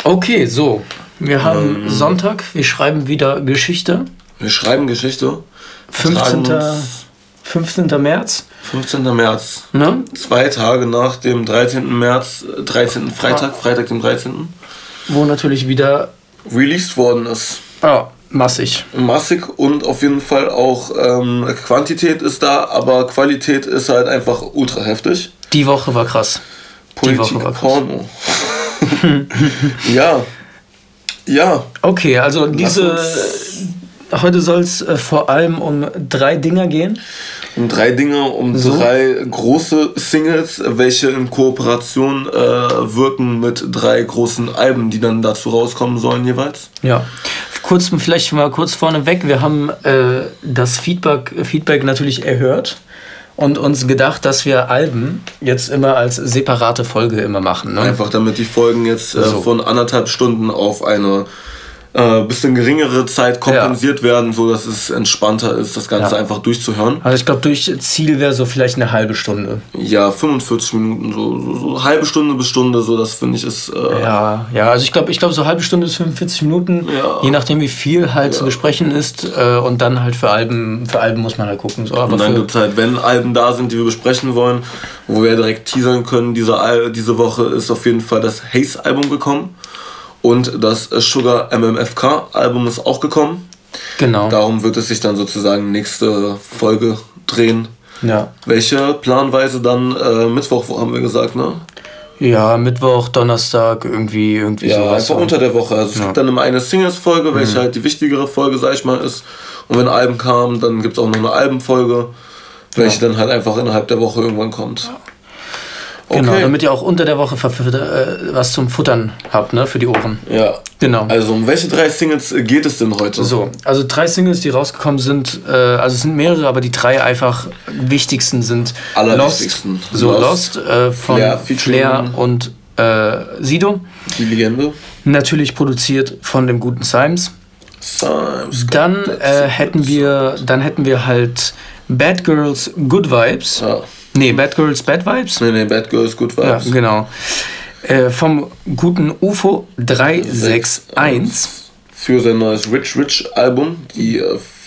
Okay, so. Wir haben Sonntag, wir schreiben wieder Geschichte. Wir schreiben Geschichte. 15. März. 15. März. Ne? 2 Tage nach dem 13. März, 13. Freitag dem 13. Wo natürlich wieder released worden ist. Ja, massig. Massig und auf jeden Fall auch Quantität ist da, aber Qualität ist halt einfach ultra heftig. Die Woche war krass. Politik Porno. Ja. Okay, also heute soll es vor allem um 3 Dinger gehen. Um 3 Dinge, um 3 große Singles, welche in Kooperation wirken mit 3 großen Alben, die dann dazu rauskommen sollen jeweils. Ja, vielleicht mal kurz vorneweg. Wir haben das Feedback natürlich erhört und uns gedacht, dass wir Alben jetzt immer als separate Folge immer machen. Ne? Einfach damit die Folgen jetzt von 1,5 Stunden auf eine bisschen geringere Zeit kompensiert werden, so dass es entspannter ist, das Ganze einfach durchzuhören. Also ich glaube, Ziel wäre so vielleicht eine halbe Stunde. Ja, 45 Minuten, so halbe Stunde bis Stunde, so das finde ich ist... also ich glaube so halbe Stunde bis 45 Minuten, je nachdem wie viel halt zu besprechen ist und dann halt für Alben muss man halt gucken. So. Aber und dann gibt es halt, wenn Alben da sind, die wir besprechen wollen, wo wir direkt teasern können, diese Woche ist auf jeden Fall das Haze-Album gekommen. Und das Sugar MMFK-Album ist auch gekommen. Genau. Darum wird es sich dann sozusagen nächste Folge drehen. Ja. Welche planweise dann Mittwoch, wo haben wir gesagt, ne? Ja, Mittwoch, Donnerstag, irgendwie sowas. Ja, einfach unter der Woche. Also es gibt dann immer eine Singles-Folge, welche halt die wichtigere Folge, sag ich mal, ist. Und wenn Alben kamen, dann gibt es auch noch eine Albenfolge, welche dann halt einfach innerhalb der Woche irgendwann kommt. Okay. Genau, damit ihr auch unter der Woche was zum Futtern habt, ne, für die Ohren. Ja. Genau. Also um welche 3 Singles geht es denn heute? So, also 3 Singles, die rausgekommen sind, also es sind mehrere, aber die 3 einfach wichtigsten sind allerwichtigsten. Lost von Flair und Sido. Die Legende. Natürlich produziert von dem guten Symes. Dann hätten wir halt Bad Girls Good Vibes. Ja. Nee, Bad Girls Bad Vibes. Nee, Bad Girls Good Vibes. Ja, genau. Vom guten UFO 361. Für sein neues Rich Album. Die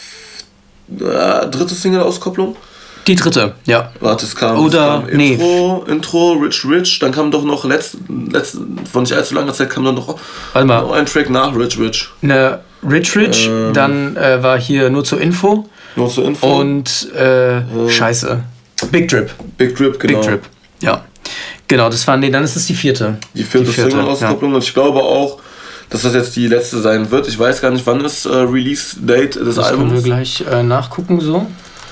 3. Single-Auskopplung. Die 3, ja. Warte, es kam Intro, Rich. Dann kam doch noch vor nicht allzu langer Zeit kam dann noch ein Track nach Rich. Ne, Rich. Dann war hier nur zur Info. Und Scheiße. Big Drip, genau. Big Drip, ja. Genau, dann ist es die 4. Die vierte Single-Auskopplung. Und ich glaube auch, dass das jetzt die letzte sein wird. Ich weiß gar nicht, wann ist Release-Date des Albums. Das können wir gleich nachgucken, so.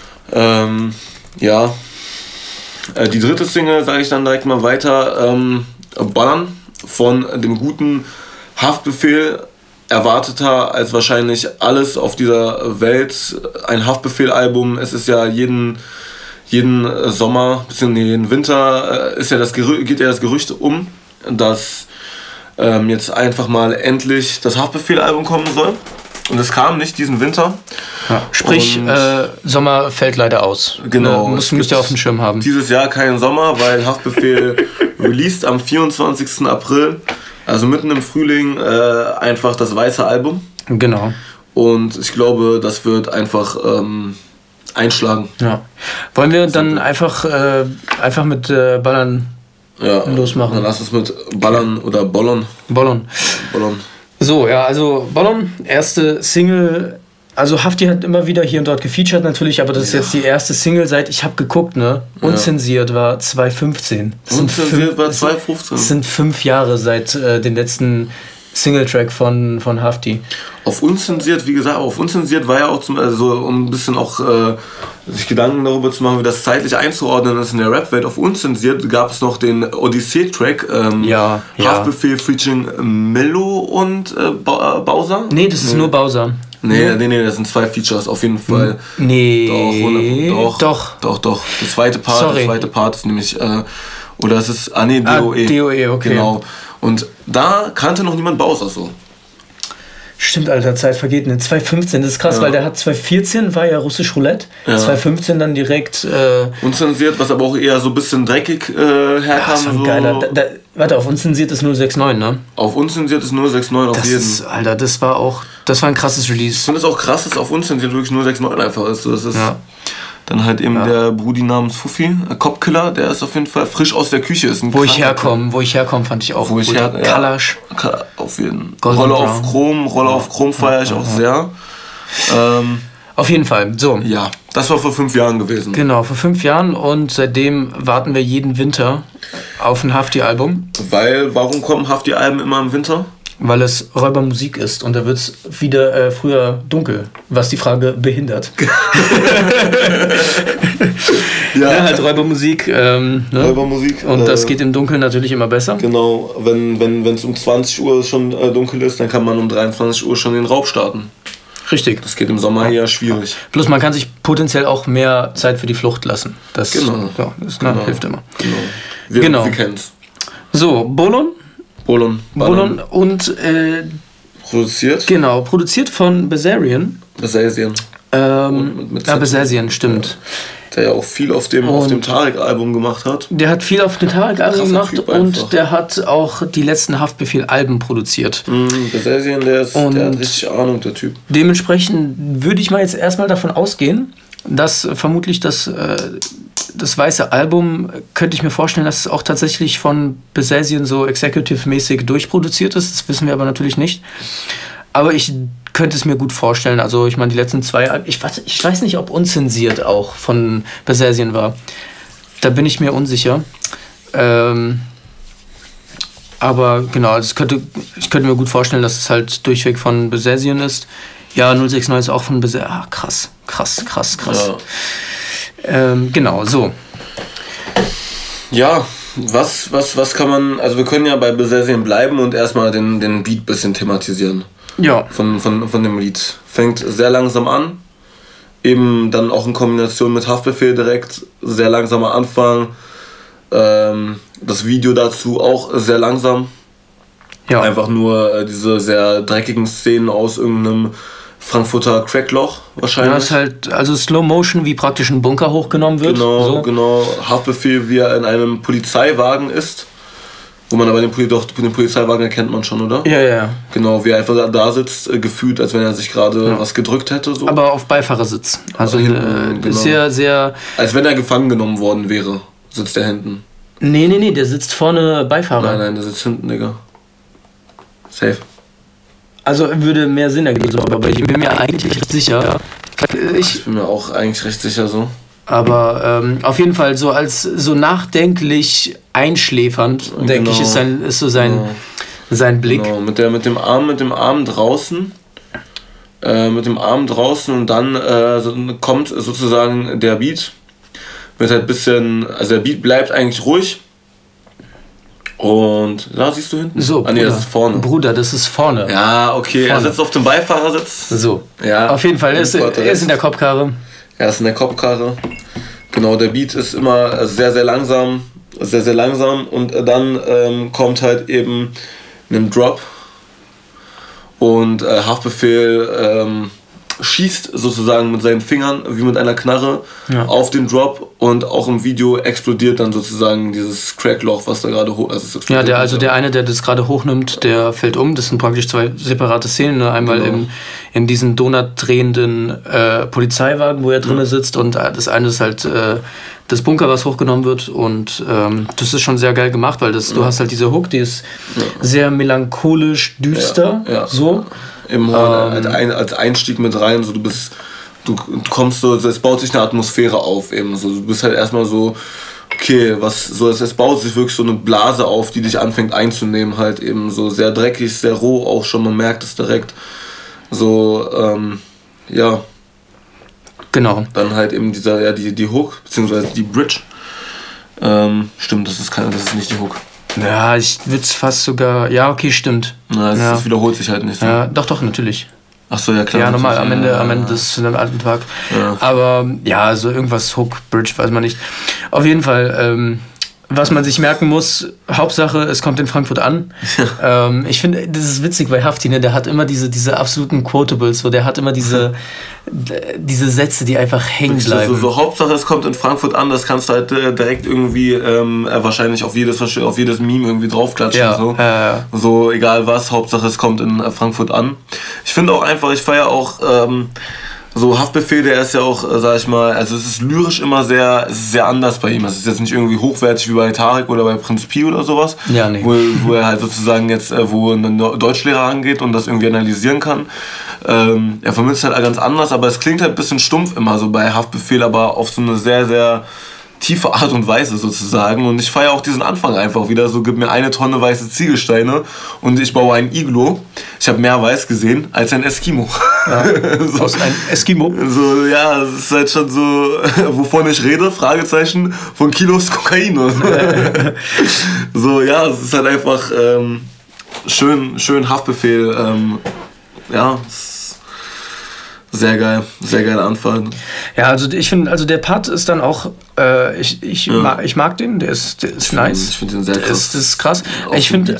Die 3. Single, sage ich dann direkt mal weiter. Ballern von dem guten Haftbefehl. Erwarteter als wahrscheinlich alles auf dieser Welt. Ein Haftbefehl-Album. Es ist ja jeden Sommer, bzw. jeden Winter geht ja das Gerücht um, dass jetzt einfach mal endlich das Haftbefehl-Album kommen soll. Und es kam nicht diesen Winter. Ja. Sprich, Sommer fällt leider aus. Genau. Müsst ihr auf dem Schirm haben. Dieses Jahr keinen Sommer, weil Haftbefehl released am 24. April, also mitten im Frühling, einfach das weiße Album. Genau. Und ich glaube, das wird einfach einschlagen. Ja. Wollen wir dann einfach mit Ballern losmachen? Dann lass uns mit Ballern oder Bollern. So, ja, also Bollon, erste Single. Also Hafti hat immer wieder hier und dort gefeatured natürlich, aber das ist jetzt die erste Single seit, ich habe geguckt, ne? Unzensiert war 2015. Unzensiert war 2015. Es sind 5 Jahre seit dem letzten Singletrack von Hafti. Auf Unzensiert, wie gesagt, war ja auch um ein bisschen auch sich Gedanken darüber zu machen, wie das zeitlich einzuordnen ist in der Rap-Welt. Auf Unzensiert gab es noch den Odyssee-Track, Haftbefehl featuring Mello und Bowser. Nee, das ist nur Bowser. Nee, das sind 2 Features auf jeden Fall. Nee. Doch. Der zweite Part ist nämlich, oder es ist, DOE. DOE, okay. Genau. Und da kannte noch niemand Bowser so. Stimmt, Alter, Zeit vergeht nicht. 2015, das ist krass, weil der hat 2014 war ja Russisch Roulette, 2015 dann direkt... Unzensiert, was aber auch eher so ein bisschen dreckig herkam. Das war so. geiler. Warte, auf unzensiertes 069, ne? Auf unzensiertes 069 auf jeden. Alter, das war ein krasses Release. Ich finde es auch krass, dass auf unzensiert wirklich 069 einfach ist. Das ist dann halt eben der Brudi namens Fuffi, Copkiller, der ist auf jeden Fall frisch aus der Küche. Ist ein wo ich herkomme, fand ich auch gut. Kalasch. Auf jeden Fall. Rolle auf Chrom feiere ich auch sehr. Auf jeden Fall, so. Ja, das war vor 5 Jahren gewesen. Genau, vor 5 Jahren und seitdem warten wir jeden Winter auf ein Hafti-Album. Warum kommen Hafti-Alben immer im Winter? Weil es Räubermusik ist und da wird es wieder früher dunkel, was die Frage behindert. Ja, halt Räubermusik. Ne? Räubermusik. Und das geht im Dunkeln natürlich immer besser. Genau, wenn es um 20 Uhr schon dunkel ist, dann kann man um 23 Uhr schon den Raub starten. Richtig. Das geht im Sommer eher schwierig. Plus man kann sich potenziell auch mehr Zeit für die Flucht lassen. Das, genau. Ja, das hilft immer. Genau. Wir kennen's. So, Bolon und produziert? Genau, produziert von Besazian. Besazian, stimmt. Der ja auch viel auf dem Tarek-Album gemacht hat. Der hat viel auf dem Tarek-Album gemacht und der hat auch die letzten Haftbefehl-Alben produziert. Besazian, der hat richtig Ahnung, der Typ. Dementsprechend würde ich mal jetzt erstmal davon ausgehen, dass vermutlich das weiße Album, könnte ich mir vorstellen, dass es auch tatsächlich von Besazian so executive-mäßig durchproduziert ist. Das wissen wir aber natürlich nicht. Aber ich könnte es mir gut vorstellen. Also ich meine, die letzten 2... Ich weiß nicht, ob unzensiert auch von Besazian war. Da bin ich mir unsicher. Aber genau, also ich könnte mir gut vorstellen, dass es halt durchweg von Besazian ist. Ja, 069 ist auch von Besazian. Ah, krass. Ja. Genau, so. Ja, was kann man... Also wir können ja bei Besazian bleiben und erstmal den Beat ein bisschen thematisieren. Ja. Von dem Lied. Fängt sehr langsam an. Eben dann auch in Kombination mit Haftbefehl direkt. Sehr langsamer Anfang. Das Video dazu auch sehr langsam. Ja. Einfach nur diese sehr dreckigen Szenen aus irgendeinem Frankfurter Crackloch wahrscheinlich. Ja, ist halt also Slow Motion, wie praktisch ein Bunker hochgenommen wird. Genau. Haftbefehl, wie er in einem Polizeiwagen ist. Wo man aber den Polizeiwagen erkennt man schon, oder? Ja. Genau, wie er einfach da sitzt, gefühlt, als wenn er sich gerade was gedrückt hätte. So. Aber auf Beifahrersitz. Also hinten, sehr, sehr... Als wenn er gefangen genommen worden wäre, sitzt er hinten. Nee, der sitzt vorne Beifahrer. Nein, der sitzt hinten, Digga. Safe. Also würde mehr Sinn ergeben, so, aber ich bin mir eigentlich recht sicher. Ich bin mir auch eigentlich recht sicher so. Aber auf jeden Fall so als so nachdenklich einschläfernd, denke ich, ist so sein Blick. Genau, mit dem Arm draußen. Und dann kommt sozusagen der Beat. Wird halt ein bisschen, also der Beat bleibt eigentlich ruhig. Und da siehst du hinten. So, Bruder, das ist vorne. Bruder, das ist vorne. Ja, okay, vorne. Er sitzt auf dem Beifahrersitz. So, ja. Auf jeden Fall, er ist in der Kopfkarre. Er ist in der Kopfkarre. Genau, der Beat ist immer sehr, sehr langsam. Und dann kommt halt eben ein Drop. Und Haftbefehl schießt sozusagen mit seinen Fingern wie mit einer Knarre auf den Drop und auch im Video explodiert dann sozusagen dieses Crackloch, was da gerade hoch ist. Ja, der eine, der das gerade hochnimmt, der fällt um. Das sind praktisch 2 separate Szenen. Ne? Einmal in diesen donutdrehenden Polizeiwagen, wo er drin sitzt, und das eine ist halt das Bunker, was hochgenommen wird, und das ist schon sehr geil gemacht, weil du hast halt diese Hook, die ist sehr melancholisch düster, so. Im als Einstieg mit rein, so du kommst so, es baut sich eine Atmosphäre auf eben, so du bist halt erstmal so, okay, es baut sich wirklich so eine Blase auf, die dich anfängt einzunehmen, halt eben so sehr dreckig, sehr roh auch schon, man merkt es direkt, so, ja. Genau. Dann halt eben die Hook, beziehungsweise die Bridge, stimmt, das ist nicht die Hook. Ja, ich würde es fast sogar... Ja, okay, stimmt. Das wiederholt sich halt nicht so. Ja, doch, natürlich. Ach so, ja klar. Ja, normal, am Ende des alten Tag. Ja. Aber ja, so irgendwas Hook, Bridge, weiß man nicht. Auf jeden Fall was man sich merken muss, Hauptsache, es kommt in Frankfurt an. Ich finde, das ist witzig bei Hafti, ne? Der hat immer diese absoluten Quotables, so, der hat immer diese Sätze, die einfach hängen bleiben. So, Hauptsache, es kommt in Frankfurt an, das kannst du halt direkt irgendwie wahrscheinlich auf jedes Meme irgendwie draufklatschen. Ja, so, egal was, Hauptsache, es kommt in Frankfurt an. Ich finde auch einfach, ich feiere auch so Haftbefehl, der ist ja auch, sag ich mal, also es ist lyrisch immer sehr anders bei ihm. Es ist jetzt nicht irgendwie hochwertig wie bei Tarek oder bei Prinz Pi oder sowas, ja, nee. wo er halt sozusagen jetzt, wo ein Deutschlehrer angeht und das irgendwie analysieren kann. Er vermittelt halt ganz anders, aber es klingt halt ein bisschen stumpf immer so bei Haftbefehl, aber auf so eine sehr, sehr tiefe Art und Weise sozusagen. Und ich feiere auch diesen Anfang einfach wieder. So, gib mir 1 Tonne weiße Ziegelsteine und ich baue ein Iglo. Ich habe mehr Weiß gesehen als ein Eskimo. Ja, so. Aus einem Eskimo? So, ja, das ist halt schon so, wovon ich rede, Fragezeichen, von Kilos Kokain. So, ja, es ist halt einfach schön Haftbefehl. Ja, sehr geiler Anfang. Ja, also ich finde, also der Part ist dann auch, ich mag den, der ist nice. Ich finde den sehr krass. Das ist krass. Ich finde,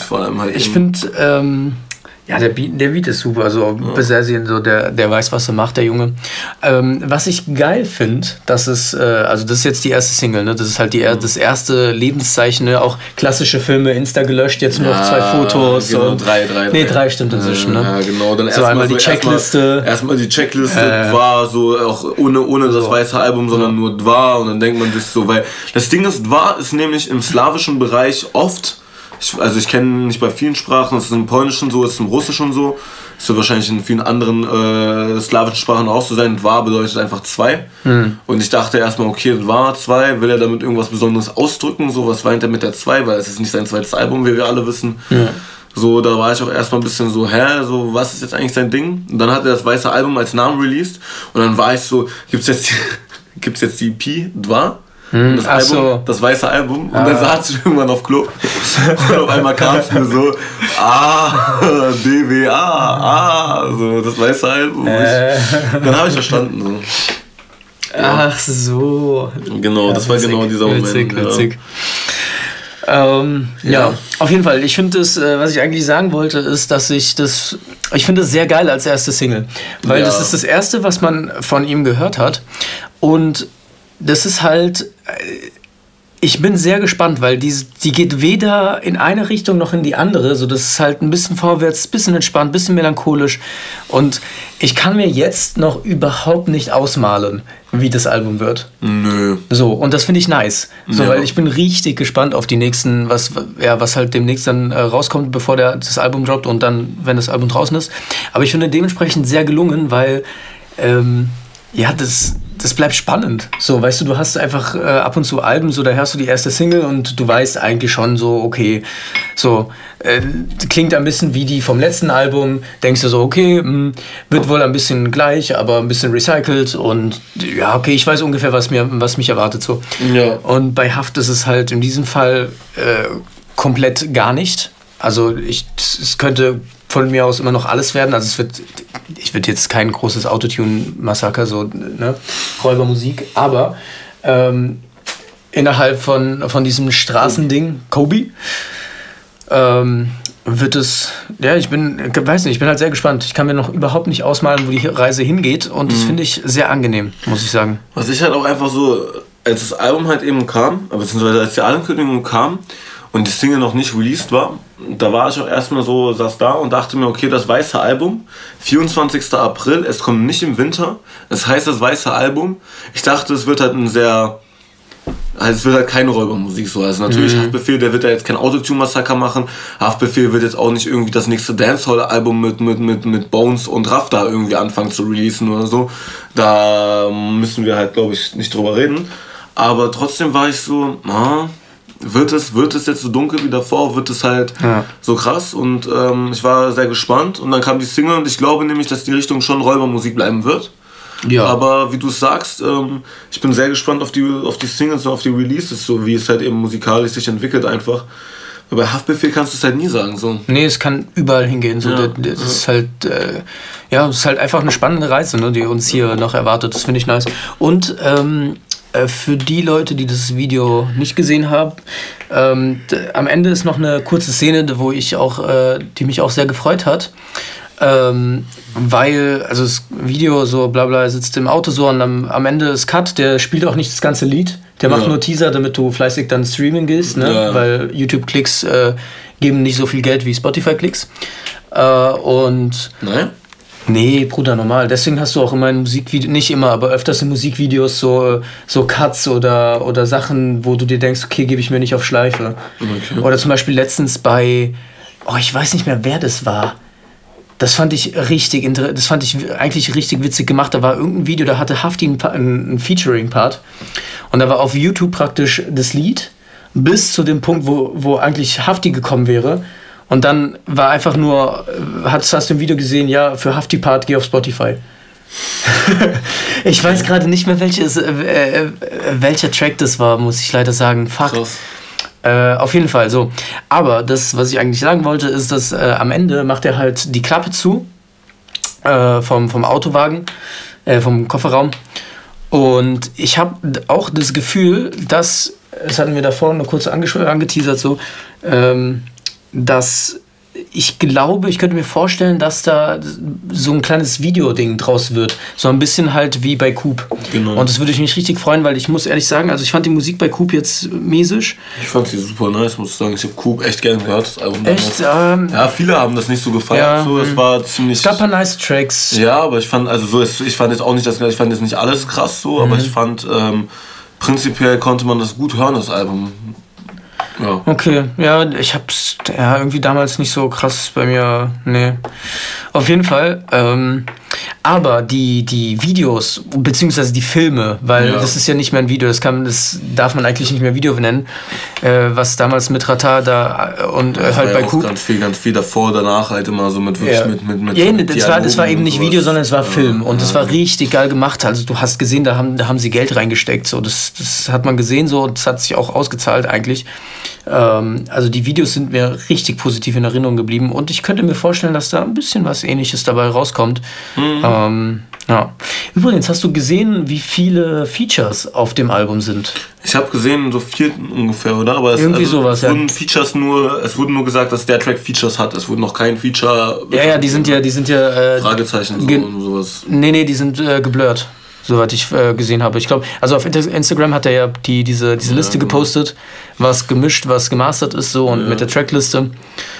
ja, der Beat ist super, also Besersien, so der weiß, was er macht, der Junge. Was ich geil finde, das ist jetzt die erste Single, ne? Das ist halt das erste Lebenszeichen, ne? Auch klassische Filme, Insta gelöscht, jetzt nur noch 2 Fotos. Genau, und 3 stimmt inzwischen, ne? Ja, genau. Dann so einmal die Checkliste. Erstmal die Checkliste war so, auch ohne das weiße Album, sondern nur Dwa, und dann denkt man sich so, weil das Ding ist, Dwa ist nämlich im slawischen Bereich oft, ich kenne nicht bei vielen Sprachen, es ist im Polnischen so, es ist im Russischen so, es wird wahrscheinlich in vielen anderen slawischen Sprachen auch so sein. Dwa bedeutet einfach 2. Und ich dachte erstmal, okay, Dwa 2, will er damit irgendwas Besonderes ausdrücken, so, was meint er mit der 2, weil es ist nicht sein zweites Album, wie wir alle wissen. Ja. So, da war ich auch erstmal ein bisschen so, so, was ist jetzt eigentlich sein Ding? Und dann hat er das weiße Album als Namen released und dann war ich so, gibt's jetzt die EP Dwa? Das Album, so. Das weiße Album, und dann saß ich irgendwann auf Klo und auf einmal kam es mir so, DWA, so, das weiße Album. Dann habe ich verstanden. So. Ja. Ach so. Genau, ja, das war genau dieser Moment. Witzig. Ja, auf jeden Fall. Ich finde es, was ich eigentlich sagen wollte, ist, dass ich finde es sehr geil als erste Single. Weil das ist das erste, was man von ihm gehört hat. Und das ist halt, ich bin sehr gespannt, weil die geht weder in eine Richtung noch in die andere. So, das ist halt ein bisschen vorwärts, ein bisschen entspannt, ein bisschen melancholisch. Und ich kann mir jetzt noch überhaupt nicht ausmalen, wie das Album wird. Nö. So, und das finde ich nice. So, weil ich bin richtig gespannt auf die nächsten, was halt demnächst dann rauskommt, bevor das Album droppt und dann, wenn das Album draußen ist. Aber ich finde dementsprechend sehr gelungen, weil, das bleibt spannend. So, weißt du hast einfach ab und zu Alben, so, da hörst du die erste Single und du weißt eigentlich schon so, okay, so, klingt ein bisschen wie die vom letzten Album, denkst du so, okay, wird wohl ein bisschen gleich, aber ein bisschen recycelt und ja, okay, ich weiß ungefähr, was mich erwartet, so. Ja. Und bei Haft ist es halt in diesem Fall komplett gar nicht. Also es könnte von mir aus immer noch alles werden. Also ich würde jetzt kein großes Autotune-Massaker, so, ne, Räubermusik, aber innerhalb von diesem Straßending, Kobe, wird es, ich bin halt sehr gespannt. Ich kann mir noch überhaupt nicht ausmalen, wo die Reise hingeht, und das finde ich sehr angenehm, muss ich sagen. Was ich halt auch einfach so, als das Album halt eben kam, beziehungsweise als die Ankündigung kam und die Single noch nicht released war, da war ich auch erstmal so, saß da und dachte mir, okay, das weiße Album, 24. April, es kommt nicht im Winter, es heißt das weiße Album. Ich dachte, es wird halt es wird halt keine Räubermusik so. Also natürlich, Haftbefehl, der wird ja jetzt kein Autotune-Massaker machen. Haftbefehl wird jetzt auch nicht irgendwie das nächste Dancehall-Album mit Bones und Rafta irgendwie anfangen zu releasen oder so. Da müssen wir halt, glaube ich, nicht drüber reden. Aber trotzdem war ich so, wird es jetzt so dunkel wie davor, wird es halt so krass, und ich war sehr gespannt, und dann kam die Single und ich glaube nämlich, dass die Richtung schon Räubermusik bleiben wird. Ja. Aber wie du es sagst, ich bin sehr gespannt auf die Singles und auf die Releases, so wie es halt eben musikalisch sich entwickelt einfach. Aber bei Haftbefehl kannst du es halt nie sagen. So. Nee, es kann überall hingehen. So. Das ist halt, es ist halt einfach eine spannende Reise, ne, die uns hier noch erwartet. Das finde ich nice. Und für die Leute, die das Video nicht gesehen haben, am Ende ist noch eine kurze Szene, wo die mich auch sehr gefreut hat. Weil, also das Video so bla bla, sitzt im Auto so und am Ende ist Cut, der spielt auch nicht das ganze Lied, der macht nur Teaser, damit du fleißig dann streamen gehst, ne? Ja. Weil YouTube-Klicks geben nicht so viel Geld wie Spotify-Klicks. Und nein? Nee, Bruder, normal. Deswegen hast du auch immer in Musikvideos, nicht immer, aber öfters in Musikvideos so Cuts oder Sachen, wo du dir denkst, okay, gebe ich mir nicht auf Schleife. Okay. Oder zum Beispiel letztens bei, ich weiß nicht mehr, wer das war. Das fand ich eigentlich richtig witzig gemacht. Da war irgendein Video, da hatte Hafti einen Featuring-Part. Und da war auf YouTube praktisch das Lied bis zu dem Punkt, wo eigentlich Hafti gekommen wäre. Und dann war einfach nur, hast du im Video gesehen, ja, für Hafti-Part geh auf Spotify. Ich weiß gerade nicht mehr, welcher Track das war, muss ich leider sagen. Fuck. Auf jeden Fall so. Aber das, was ich eigentlich sagen wollte, ist, dass am Ende macht er halt die Klappe zu vom Autowagen, vom Kofferraum. Und ich habe auch das Gefühl, das hatten wir davor nur kurz angeteasert, so, dass ich glaube, ich könnte mir vorstellen, dass da so ein kleines Video-Ding draus wird. So ein bisschen halt wie bei Coop. Genau. Und das würde ich mich richtig freuen, weil ich muss ehrlich sagen, also ich fand die Musik bei Coop jetzt mäßig. Ich fand sie super nice, muss ich sagen. Ich habe Coop echt gerne gehört, das Album. Echt? Ja, viele haben das nicht so gefeiert. Ja, so. Es war ziemlich... Es gab ein paar nice Tracks. Ja, aber ich fand, ich fand jetzt auch nicht, ich fand jetzt nicht alles krass so, aber ich fand, prinzipiell konnte man das gut hören, das Album. Ja. Okay, ja, ich hab's irgendwie damals nicht so krass bei mir, nee. Auf jeden Fall, aber die Videos, beziehungsweise die Filme, weil das ist ja nicht mehr ein Video, das darf man eigentlich nicht mehr Video nennen, was damals mit Rata da und halt bei Coop. Ganz viel davor, danach halt immer so mit mit ja, das war eben nicht Video, sondern es war Film und das war richtig geil gemacht, also du hast gesehen, da haben sie Geld reingesteckt, so, das hat man gesehen so, das hat sich auch ausgezahlt eigentlich. Also die Videos sind mir richtig positiv in Erinnerung geblieben und ich könnte mir vorstellen, dass da ein bisschen was Ähnliches dabei rauskommt. Ja. Übrigens, hast du gesehen, wie viele Features auf dem Album sind? Ich habe gesehen, so 4 ungefähr, oder? Aber sowas, wurden Features es wurde nur gesagt, dass der Track Features hat. Es wurde noch kein Feature... Ja, die sind ja Fragezeichen und sowas. Nee, die sind geblurrt. Soweit ich gesehen habe. Ich glaube, also auf Instagram hat er ja diese Liste gepostet, was gemischt, was gemastert ist, so und mit der Trackliste.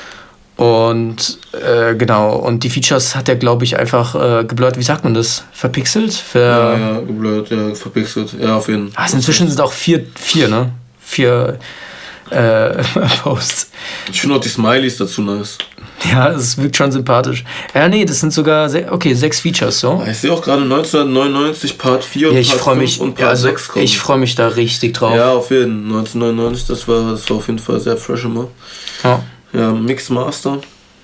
Und genau, und die Features hat er, glaube ich, einfach geblurrt, wie sagt man das? Verpixelt? Ja, geblurrt, ja, verpixelt. Ja, auf jeden Fall. Also inzwischen sind auch 4, ne? 4 Posts. Ich finde auch die Smileys dazu nice. Ja, es wirkt schon sympathisch. Ja, nee, das sind sogar 6 Features, so. Ich sehe auch gerade 1999 Part 4 und Part 5 und Part 6 kommen. Ich freue mich da richtig drauf. Ja, auf jeden Fall. 1999, das war auf jeden Fall sehr fresh immer. Ja, Mix Master.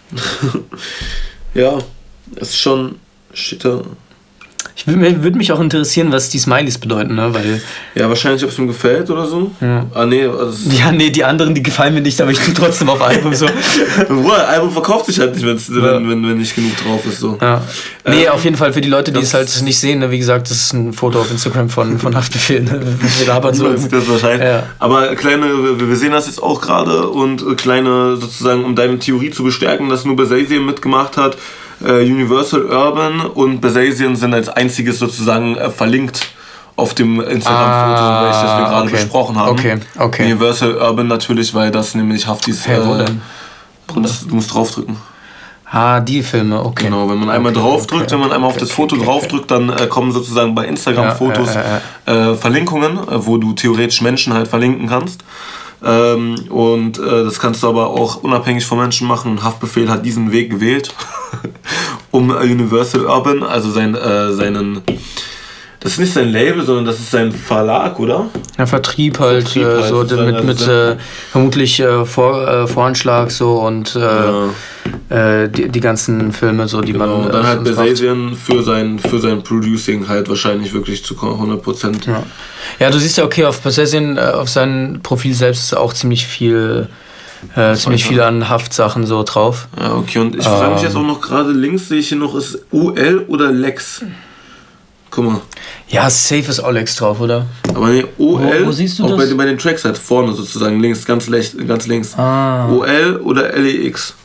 Ja, ist schon shitter. Würde mich auch interessieren, was die Smileys bedeuten, ne? Weil ja, wahrscheinlich, ob es mir gefällt oder so. Ja. Nee, die anderen, die gefallen mir nicht, aber ich tue trotzdem auf Album so. Album verkauft sich halt nicht, wenn nicht genug drauf ist. So. Ja. Nee, auf jeden Fall für die Leute, die es halt nicht sehen, ne? Wie gesagt, das ist ein Foto auf Instagram von Haftbefehl. Ne? Wir labern so. Das wahrscheinlich. Ja. Aber wir sehen das jetzt auch gerade und kleine, sozusagen, um deine Theorie zu bestärken, dass nur Besazian mitgemacht hat, Universal Urban und Besazian sind als einziges sozusagen verlinkt auf dem Instagram-Foto, welches wir gerade besprochen haben. Okay. Universal Urban natürlich, weil das nämlich Haftis... wo denn? Du musst draufdrücken. Die Filme, okay. Genau, wenn man einmal draufdrückt, wenn man einmal auf das Foto draufdrückt, dann kommen sozusagen bei Instagram-Fotos Verlinkungen, wo du theoretisch Menschen halt verlinken kannst. Und das kannst du aber auch unabhängig von Menschen machen. Haftbefehl hat diesen Weg gewählt, um Universal Urban, also seinen... Das ist nicht sein Label, sondern das ist sein Verlag, oder? Ja, Vertrieb halt so mit vermutlich Voranschlag so und die ganzen Filme, so die man... Und dann halt Besazian für sein Producing halt wahrscheinlich wirklich zu 100%. Ja, du siehst ja, okay, auf Besazian, auf seinem Profil selbst ist auch ziemlich viel an Haftsachen so drauf. Ja, okay, und ich frage mich jetzt auch noch gerade, links sehe ich hier noch, ist UL oder Lex? Guck mal. Ja, safe ist Olex drauf, oder? Aber nee, OL, wo siehst du auch das? bei den Tracks halt vorne sozusagen, links, ganz links. OL oder LEX.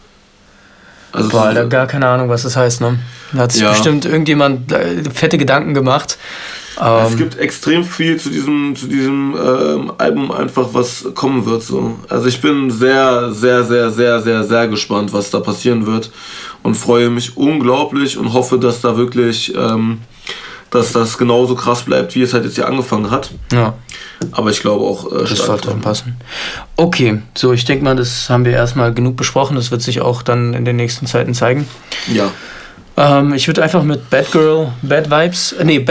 Also boah, Alter, gar keine Ahnung, was das heißt, ne? Da hat sich bestimmt irgendjemand fette Gedanken gemacht. Es gibt extrem viel zu diesem Album einfach, was kommen wird. So. Also ich bin sehr, sehr, sehr, sehr, sehr, sehr gespannt, was da passieren wird und freue mich unglaublich und hoffe, dass da wirklich, dass das genauso krass bleibt, wie es halt jetzt hier angefangen hat. Ja. Aber ich glaube auch das sollte dann passen. Okay, so ich denke mal, das haben wir erstmal genug besprochen. Das wird sich auch dann in den nächsten Zeiten zeigen. Ja. Ich würde einfach mit Bad Girl, Good Vibes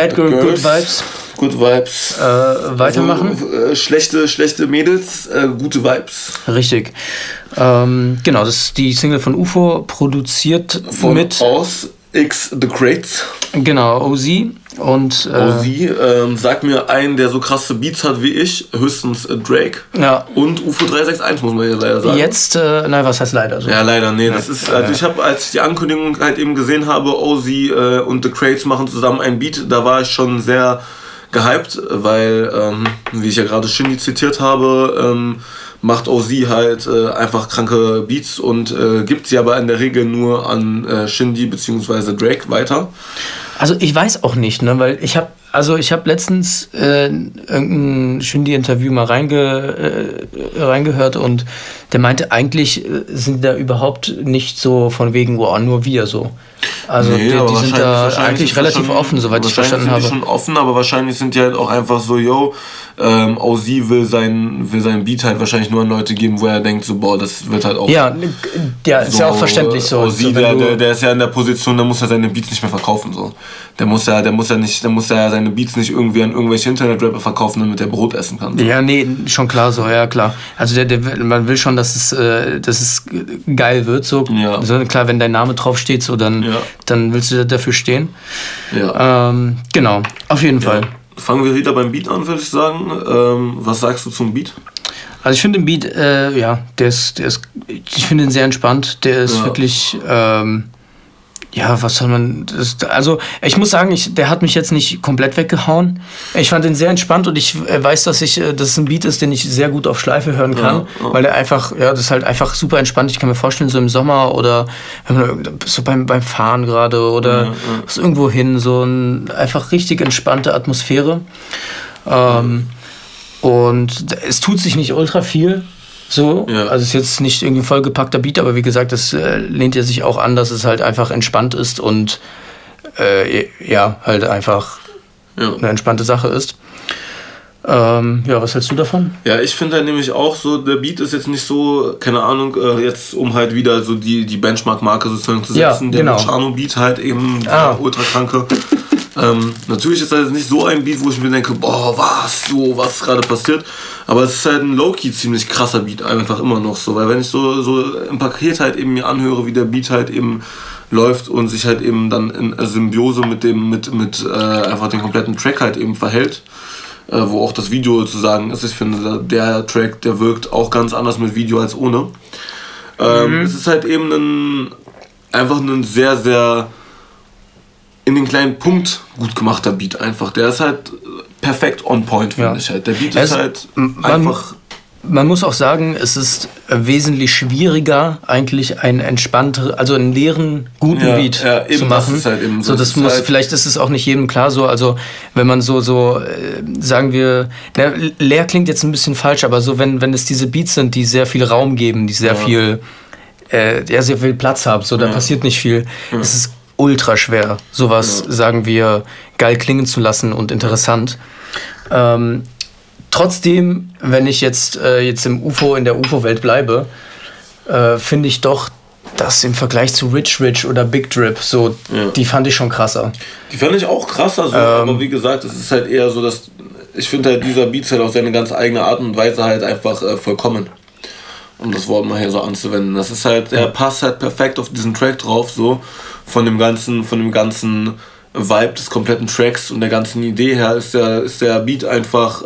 Good Vibes weitermachen. Also, schlechte Mädels, gute Vibes. Richtig. Genau, das ist die Single von UFO, produziert mit Aus X The Crates. Genau, OZ. Und OZ, sag mir einen, der so krasse Beats hat wie ich, höchstens Drake. Ja. Und UFO 361, muss man ja leider sagen. Jetzt, nein, was heißt leider so? Ja, leider, nee. Das ist, also ich habe, als ich die Ankündigung halt eben gesehen habe, OZ und The Crates machen zusammen ein Beat, da war ich schon sehr gehypt, weil, wie ich ja gerade Shindy zitiert habe, macht OZ halt einfach kranke Beats und gibt sie aber in der Regel nur an Shindy bzw. Drake weiter. Also ich weiß auch nicht, ne, weil ich habe letztens irgendein Shindy-Interview mal reingehört und der meinte, eigentlich sind da überhaupt nicht so von wegen, wow, nur wir so. Also nee, die sind da eigentlich relativ offen, soweit ich verstanden habe. Die sind schon offen, aber wahrscheinlich sind die halt auch einfach so, OZ will sein Beat halt wahrscheinlich nur an Leute geben, wo er denkt, so, boah, das wird halt auch... Ja, ist ja auch verständlich so. OZ, der ist ja in der Position, der muss ja seine Beats nicht mehr verkaufen, so. Der muss ja seine Beats nicht irgendwie an irgendwelche Internet-Rapper verkaufen, damit der Brot essen kann. So. Ja, nee, schon klar so, ja klar. Also man will schon, dass es geil wird, so. Ja. Also klar, wenn dein Name draufsteht, so, dann willst du dafür stehen. Ja. Genau, auf jeden Fall. Fangen wir wieder beim Beat an, würde ich sagen. Was sagst du zum Beat? Also ich finde den Beat, ich finde ihn sehr entspannt. Der ist wirklich, was soll man, also ich muss sagen, der hat mich jetzt nicht komplett weggehauen. Ich fand ihn sehr entspannt und ich weiß, dass es ein Beat ist, den ich sehr gut auf Schleife hören kann, weil der einfach, das ist halt einfach super entspannt. Ich kann mir vorstellen, so im Sommer oder so beim Fahren gerade oder so irgendwo hin, so einfach richtig entspannte Atmosphäre. Und es tut sich nicht ultra viel. So, also es ist jetzt nicht irgendwie ein vollgepackter Beat, aber wie gesagt, das lehnt ja sich auch an, dass es halt einfach entspannt ist und halt einfach eine entspannte Sache ist. Was hältst du davon? Ja, ich finde halt nämlich auch so, der Beat ist jetzt nicht so, keine Ahnung, jetzt um halt wieder so die Benchmark-Marke sozusagen zu setzen, der Luciano-Beat halt eben, ultrakranke. Natürlich ist das jetzt nicht so ein Beat, wo ich mir denke, boah, was gerade passiert, aber es ist halt ein Low-Key ziemlich krasser Beat einfach immer noch so, weil wenn ich so im Paket halt eben mir anhöre, wie der Beat halt eben läuft und sich halt eben dann in Symbiose mit einfach den kompletten Track halt eben verhält, wo auch das Video sozusagen ist, ich finde, der Track, der wirkt auch ganz anders mit Video als ohne. Es ist halt eben einfach ein sehr, sehr in den kleinen Punkt gut gemachter Beat einfach. Der ist halt perfekt on point, finde ich halt. Der Beat ist halt einfach... Man muss auch sagen, es ist wesentlich schwieriger, eigentlich einen leeren, guten Beat zu machen. Ist halt eben so. Vielleicht ist es auch nicht jedem klar so. Also wenn man so sagen wir, leer klingt jetzt ein bisschen falsch, aber so wenn es diese Beats sind, die sehr viel Raum geben, die sehr viel Platz haben, so da passiert nicht viel. Es ist ultra schwer, sowas, sagen wir, geil klingen zu lassen und interessant. Trotzdem, wenn ich jetzt in der UFO-Welt bleibe, finde ich doch, dass im Vergleich zu Rich Rich oder Big Drip, die fand ich schon krasser. Die fand ich auch krasser, aber wie gesagt, es ist halt eher so, dass ich finde halt, dieser Beat halt auf seine ganz eigene Art und Weise halt einfach vollkommen. Um das Wort mal hier so anzuwenden. Das ist halt, er passt halt perfekt auf diesen Track drauf, so von dem ganzen Vibe des kompletten Tracks und der ganzen Idee her ist der Beat einfach,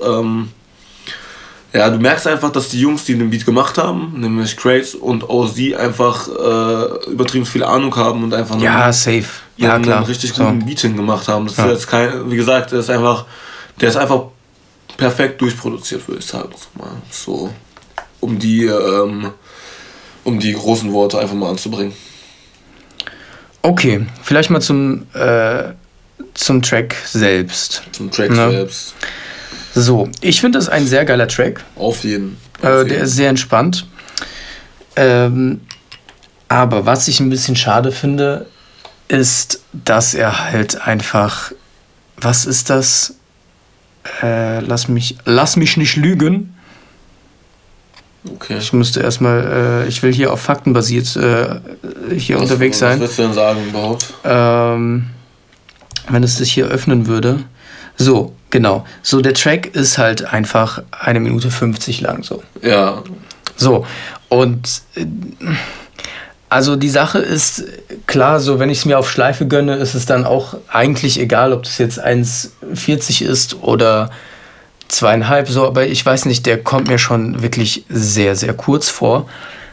du merkst einfach, dass die Jungs, die den Beat gemacht haben, nämlich Crates und OZ, einfach übertrieben viel Ahnung haben und einfach safe. einen richtig guten Beat hingemacht haben. Das ist jetzt kein, wie gesagt, der ist einfach perfekt durchproduziert, würde ich sagen. So, um die großen Worte einfach mal anzubringen. Okay, vielleicht mal zum Track selbst. Selbst. So, ich finde das ein sehr geiler Track. Auf jeden. Der ist sehr entspannt. Aber was ich ein bisschen schade finde, ist, dass er halt einfach, was ist das? Lass mich nicht lügen. Okay. Ich müsste erstmal, ich will hier auf Fakten basiert hier unterwegs sein. Was willst du denn sagen überhaupt? Wenn es sich hier öffnen würde. So, genau. So, der Track ist halt einfach 1 Minute 50 lang. So. Ja. So, und also die Sache ist, klar, so wenn ich es mir auf Schleife gönne, ist es dann auch eigentlich egal, ob das jetzt 1,40 ist oder 2,5, so, aber ich weiß nicht, der kommt mir schon wirklich sehr, sehr kurz vor.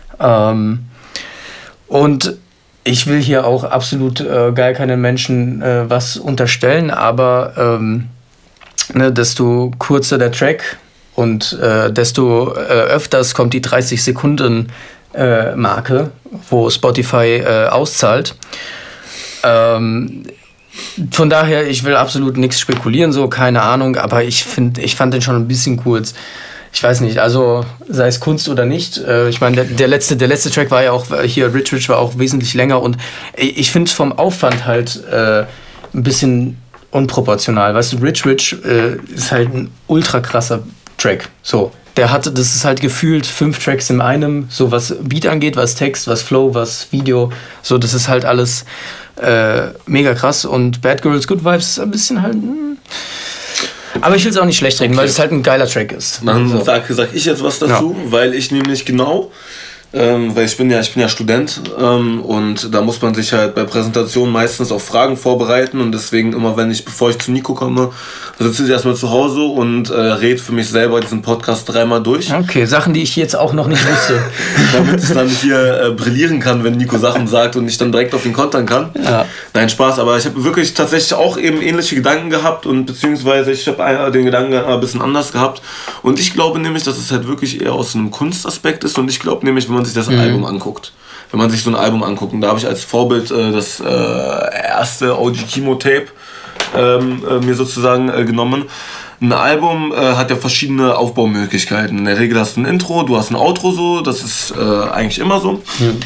Und ich will hier auch absolut gar keinen Menschen was unterstellen, aber desto kürzer der Track und desto öfters kommt die 30 Sekunden Marke, wo Spotify auszahlt. Von daher, ich will absolut nichts spekulieren, so, keine Ahnung, aber ich fand den schon ein bisschen kurz. Ich weiß nicht, also sei es Kunst oder nicht. Ich meine, der letzte Track war ja auch, hier Rich Rich war auch wesentlich länger und ich finde vom Aufwand halt ein bisschen unproportional. Weißt du, Rich Rich ist halt ein ultra krasser Track, so. Das ist halt gefühlt 5 Tracks in einem, so was Beat angeht, was Text, was Flow, was Video, so, das ist halt alles mega krass und Bad Girls Good Vibes ist ein bisschen halt, aber ich will es auch nicht schlecht reden, weil es halt ein geiler Track ist. Dann sag ich jetzt was dazu, weil ich nämlich weil ich bin ja Student und da muss man sich halt bei Präsentationen meistens auf Fragen vorbereiten und deswegen immer, bevor ich zu Nico komme, sitze ich erstmal zu Hause und rede für mich selber diesen Podcast 3-mal durch. Okay, Sachen, die ich jetzt auch noch nicht wusste. Damit ich dann hier brillieren kann, wenn Nico Sachen sagt und ich dann direkt auf ihn kontern kann. Ja. Nein, Spaß, aber ich habe wirklich tatsächlich auch eben ähnliche Gedanken gehabt und beziehungsweise ich habe den Gedanken ein bisschen anders gehabt und ich glaube nämlich, dass es halt wirklich eher aus einem Kunstaspekt ist und ich glaube nämlich, wenn man sich das Album anguckt. Wenn man sich so ein Album anguckt, und da habe ich als Vorbild das erste OG Kimo Tape mir sozusagen genommen. Ein Album hat ja verschiedene Aufbaumöglichkeiten. In der Regel hast du ein Intro, du hast ein Outro, so, das ist eigentlich immer so.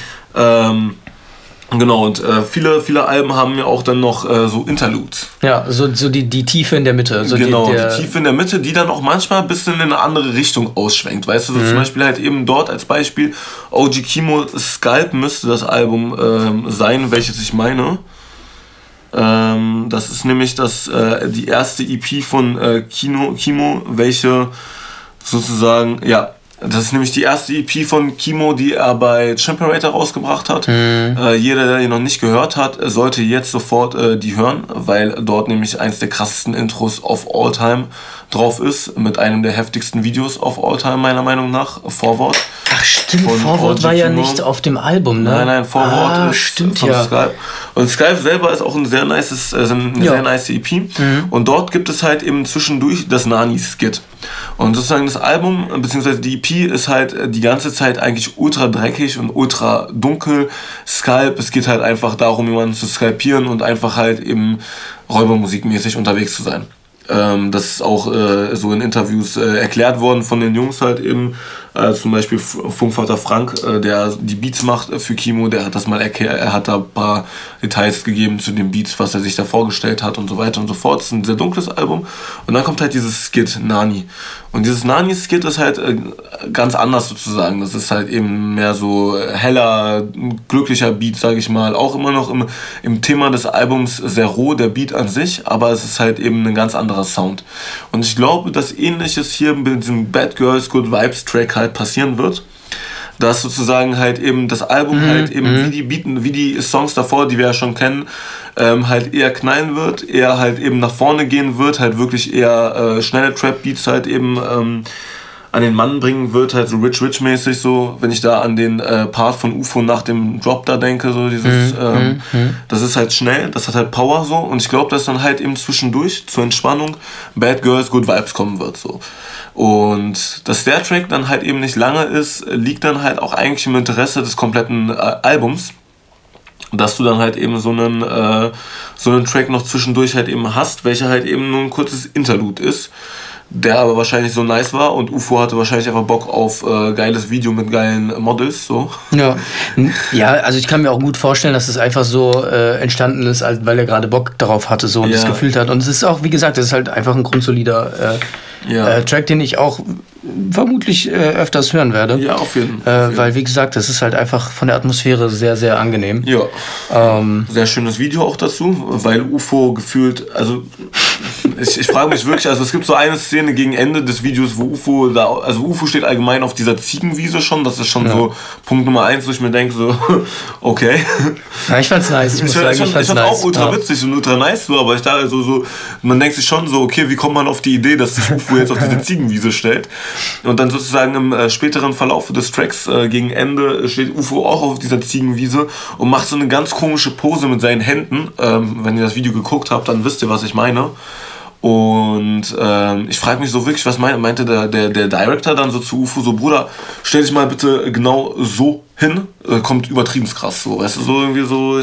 Genau, und viele Alben haben ja auch dann noch so Interludes. Ja, so die Tiefe in der Mitte. So genau, die Tiefe in der Mitte, die dann auch manchmal ein bisschen in eine andere Richtung ausschwenkt. Weißt du, so zum Beispiel halt eben dort als Beispiel OG Kimo Sculpt müsste das Album sein, welches ich meine. Das ist nämlich die erste EP von Kimo, welche sozusagen, ja, das ist nämlich die erste EP von Kimo, die er bei Chimperator rausgebracht hat. Jeder, der die noch nicht gehört hat, sollte jetzt sofort die hören, weil dort nämlich eins der krassesten Intros of all time drauf ist, mit einem der heftigsten Videos of all time, meiner Meinung nach, Vorwort. Ach stimmt, Vorwort war ja nicht auf dem Album, ne? Nein, Vorwort ist stimmt, von ja. Skype. Und Skype selber ist auch ein sehr nice EP. Und dort gibt es halt eben zwischendurch das Nani-Skit. Und sozusagen das Album, beziehungsweise die EP ist halt die ganze Zeit eigentlich ultra dreckig und ultra dunkel. Skype, es geht halt einfach darum, jemanden zu skypieren und einfach halt eben räubermusikmäßig unterwegs zu sein. Das ist auch so in Interviews erklärt worden von den Jungs halt eben. Zum Beispiel Funkvater Frank, der die Beats macht für Kimo, der hat das mal erklärt, er hat da ein paar Details gegeben zu den Beats, was er sich da vorgestellt hat und so weiter und so fort. Das ist ein sehr dunkles Album. Und dann kommt halt dieses Skit, Nani. Und dieses Nani-Skit ist halt ganz anders sozusagen. Das ist halt eben mehr so heller, glücklicher Beat, sage ich mal. Auch immer noch im Thema des Albums sehr roh, der Beat an sich, aber es ist halt eben ein ganz anderer Sound. Und ich glaube, dass Ähnliches hier mit diesem Bad Girls Good Vibes Track halt passieren wird, dass sozusagen halt eben das Album halt eben wie die Songs davor, die wir ja schon kennen, halt eher knallen wird, eher halt eben nach vorne gehen wird, halt wirklich eher schnelle Trap-Beats halt eben an den Mann bringen wird, halt so Rich-mäßig so, wenn ich da an den Part von UFO nach dem Drop da denke, so dieses, das ist halt schnell, das hat halt Power so und ich glaube, dass dann halt eben zwischendurch zur Entspannung Bad Girls, Good Vibes kommen wird so. Und dass der Track dann halt eben nicht lange ist, liegt dann halt auch eigentlich im Interesse des kompletten Albums, dass du dann halt eben so einen Track noch zwischendurch halt eben hast, welcher halt eben nur ein kurzes Interlude ist, der aber wahrscheinlich so nice war und UFO hatte wahrscheinlich einfach Bock auf geiles Video mit geilen Models, so. Ja, also ich kann mir auch gut vorstellen, dass es einfach so entstanden ist, weil er gerade Bock darauf hatte so und es gefühlt hat. Und es ist auch, wie gesagt, es ist halt einfach ein grundsolider Track, den ich auch vermutlich öfters hören werde. Ja, auf jeden Fall. Weil, wie gesagt, das ist halt einfach von der Atmosphäre sehr, sehr angenehm. Ja. Sehr schönes Video auch dazu, weil UFO gefühlt, also ich frage mich wirklich, also es gibt so eine Szene gegen Ende des Videos, wo UFO steht allgemein auf dieser Ziegenwiese schon, das ist schon so Punkt Nummer 1, wo ich mir denke so, okay. Ja, ich fand's nice, ich fand's auch ultra witzig und ultra nice so, aber ich dachte so, man denkt sich schon so, okay, wie kommt man auf die Idee, dass sich UFO jetzt auf diese Ziegenwiese stellt? Und dann sozusagen im späteren Verlauf des Tracks gegen Ende steht UFO auch auf dieser Ziegenwiese und macht so eine ganz komische Pose mit seinen Händen. Wenn ihr das Video geguckt habt, dann wisst ihr, was ich meine. Und ich frage mich so wirklich, was meinte der Director dann so zu UFO, so Bruder, stell dich mal bitte genau so hin, kommt übertrieben krass so, weißt du, so irgendwie so,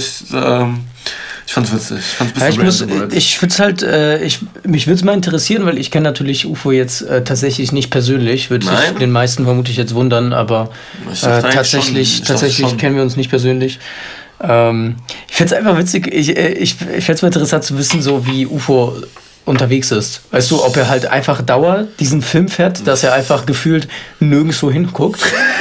ich fand's witzig. Ich fand's ein bisschen ich find's halt, mich würde es mal interessieren, weil ich kenne natürlich UFO jetzt tatsächlich nicht persönlich, würde sich den meisten vermutlich jetzt wundern, aber tatsächlich kennen wir uns nicht persönlich. Ich find's einfach witzig, ich find's mal interessant zu wissen, so wie UFO unterwegs ist. Weißt du, ob er halt einfach diesen Film fährt, dass er einfach gefühlt nirgendwo hinguckt.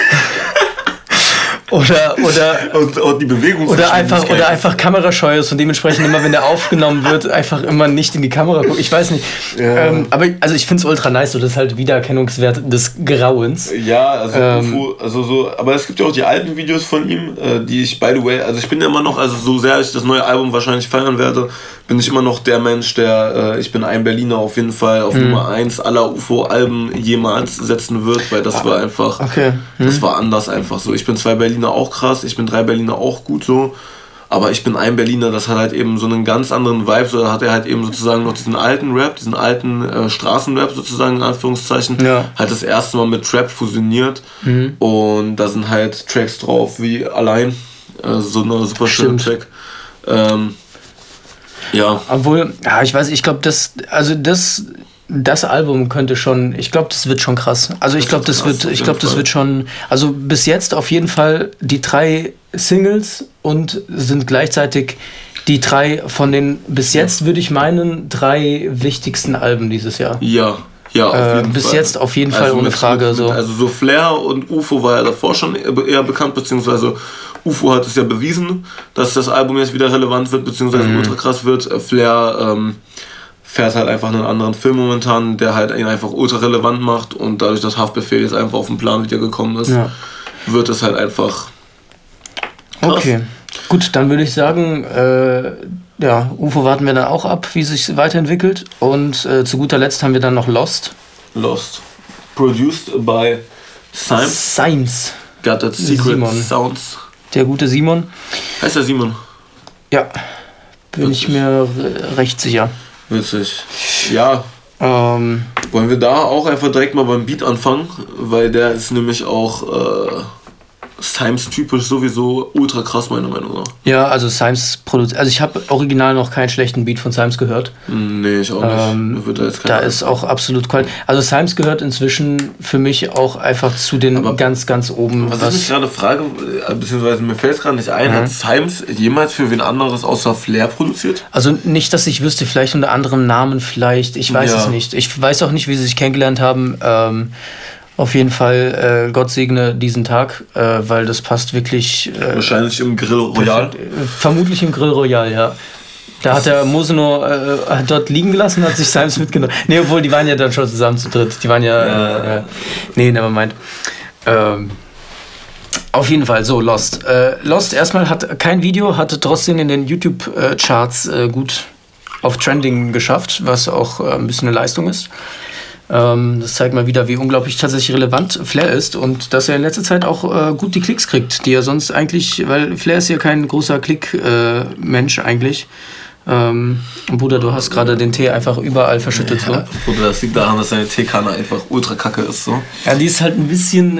Oder und die Bewegung oder einfach kamerascheu ist und dementsprechend immer, wenn der aufgenommen wird, einfach immer nicht in die Kamera guckt. Ich weiß nicht. Ja. Aber also ich finde es ultra nice, so das ist halt Wiedererkennungswert des Grauens. Ja, aber es gibt ja auch die alten Videos von ihm, die ich, by the way, also ich bin ja immer noch, also so sehr ich das neue Album wahrscheinlich feiern werde, bin ich immer noch der Mensch, der ich bin ein Berliner auf jeden Fall auf Nummer 1 aller UFO-Alben jemals setzen wird, weil das war einfach, das war anders einfach so. Ich bin 2 Berliner auch krass, ich bin 3 Berliner auch gut so, aber ich bin ein Berliner, das hat halt eben so einen ganz anderen Vibe, so da hat er halt eben sozusagen noch diesen alten Rap, diesen alten Straßenrap sozusagen in Anführungszeichen, halt das erste Mal mit Trap fusioniert und da sind halt Tracks drauf wie Allein, so eine super schöne Track. Ja. Obwohl, ich weiß, ich glaube, das Album könnte schon, ich glaube, das wird schon krass. Also ich glaube, das wird schon, also bis jetzt auf jeden Fall die 3 Singles und sind gleichzeitig die 3 von den, bis jetzt würde ich meinen, 3 wichtigsten Alben dieses Jahr. Ja, auf jeden bis Fall. Jetzt auf jeden Fall ohne Frage. Also so Flair und UFO war ja davor schon eher bekannt, beziehungsweise UFO hat es ja bewiesen, dass das Album jetzt wieder relevant wird, beziehungsweise ultra krass wird. Flair fährt halt einfach einen anderen Film momentan, der halt ihn einfach ultra relevant macht und dadurch, dass Haftbefehl jetzt einfach auf den Plan wieder gekommen ist, wird es halt einfach krass. Okay, gut, dann würde ich sagen, UFO warten wir dann auch ab, wie es sich weiterentwickelt und zu guter Letzt haben wir dann noch Lost. Produced by Symes. Got that secret Simon. Sounds. Der gute Simon. Heißt der Simon? Ja, bin ich mir recht sicher. Witzig. Ja. Wollen wir da auch einfach direkt mal beim Beat anfangen? Weil der ist nämlich auch Symes typisch sowieso ultra krass, meiner Meinung nach. Ja, also Symes produziert. Also ich habe original noch keinen schlechten Beat von Symes gehört. Nee, ich auch nicht. Da ist auch absolut Qualität. Also Symes gehört inzwischen für mich auch einfach zu den ganz, ganz oben. Was ich mich gerade frage, beziehungsweise mir fällt es gerade nicht ein, hat Symes jemals für wen anderes außer Flair produziert? Also nicht, dass ich wüsste, vielleicht unter anderem Namen vielleicht. Ich weiß es nicht. Ich weiß auch nicht, wie sie sich kennengelernt haben. Auf jeden Fall, Gott segne diesen Tag, weil das passt wirklich. Wahrscheinlich im Grill Royal. Vermutlich im Grill Royal, ja. Da hat der Moseno dort liegen gelassen und hat sich Symes mitgenommen. Nee, obwohl, die waren ja dann schon zusammen zu dritt. Die waren nee, nevermind. Auf jeden Fall, so, Lost. Lost erstmal hat kein Video, hatte trotzdem in den YouTube-Charts gut auf Trending geschafft, was auch ein bisschen eine Leistung ist. Das zeigt mal wieder, wie unglaublich tatsächlich relevant Flair ist und dass er in letzter Zeit auch gut die Klicks kriegt, die er sonst eigentlich, weil Flair ist ja kein großer Klick-Mensch eigentlich. Bruder, du hast gerade den Tee einfach überall verschüttet. Ja, so. Bruder, das liegt daran, dass seine Teekanne einfach ultra kacke ist. So. Ja, die ist halt ein bisschen...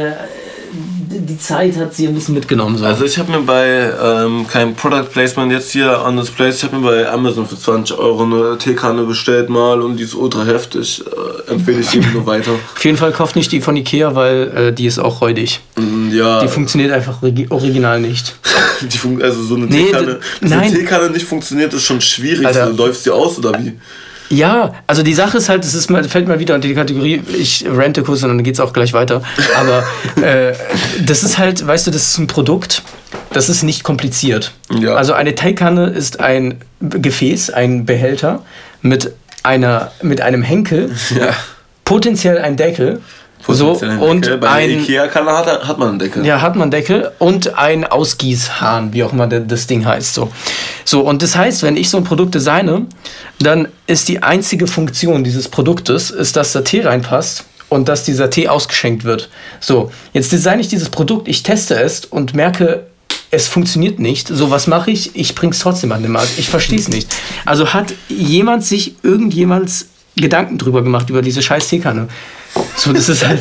die Zeit hat sie ein bisschen mitgenommen. So. Also ich habe mir bei, kein Product Placement jetzt hier on this place, ich habe mir bei Amazon für 20 Euro eine Teekanne bestellt mal und die ist ultra heftig. Empfehle ich jedem nur weiter. Auf jeden Fall kauft nicht die von Ikea, weil die ist auch räudig. Ja. Die funktioniert einfach original nicht. Also so eine Teekanne, dass eine Teekanne nicht funktioniert, ist schon schwierig. Alter. So, läufst du aus oder wie? Ja, also die Sache ist halt, fällt mal wieder unter die Kategorie, ich rente kurz und dann geht's auch gleich weiter. Aber das ist halt, weißt du, das ist ein Produkt, das ist nicht kompliziert. Ja. Also eine Teekanne ist ein Gefäß, ein Behälter mit einem Henkel, ja. Potenziell ein Deckel. So, und bei der Ikea-Kanne hat man einen Deckel. Ja, hat man einen Deckel und ein Ausgießhahn, wie auch immer das Ding heißt. So, und das heißt, wenn ich so ein Produkt designe, dann ist die einzige Funktion dieses Produktes, ist, dass da Tee reinpasst und dass dieser Tee ausgeschenkt wird. So, jetzt designe ich dieses Produkt, ich teste es und merke, es funktioniert nicht. So, was mache ich? Ich bring's trotzdem an den Markt. Ich verstehe es nicht. Also hat irgendjemand Gedanken drüber gemacht, über diese scheiß Teekanne. So, das ist halt.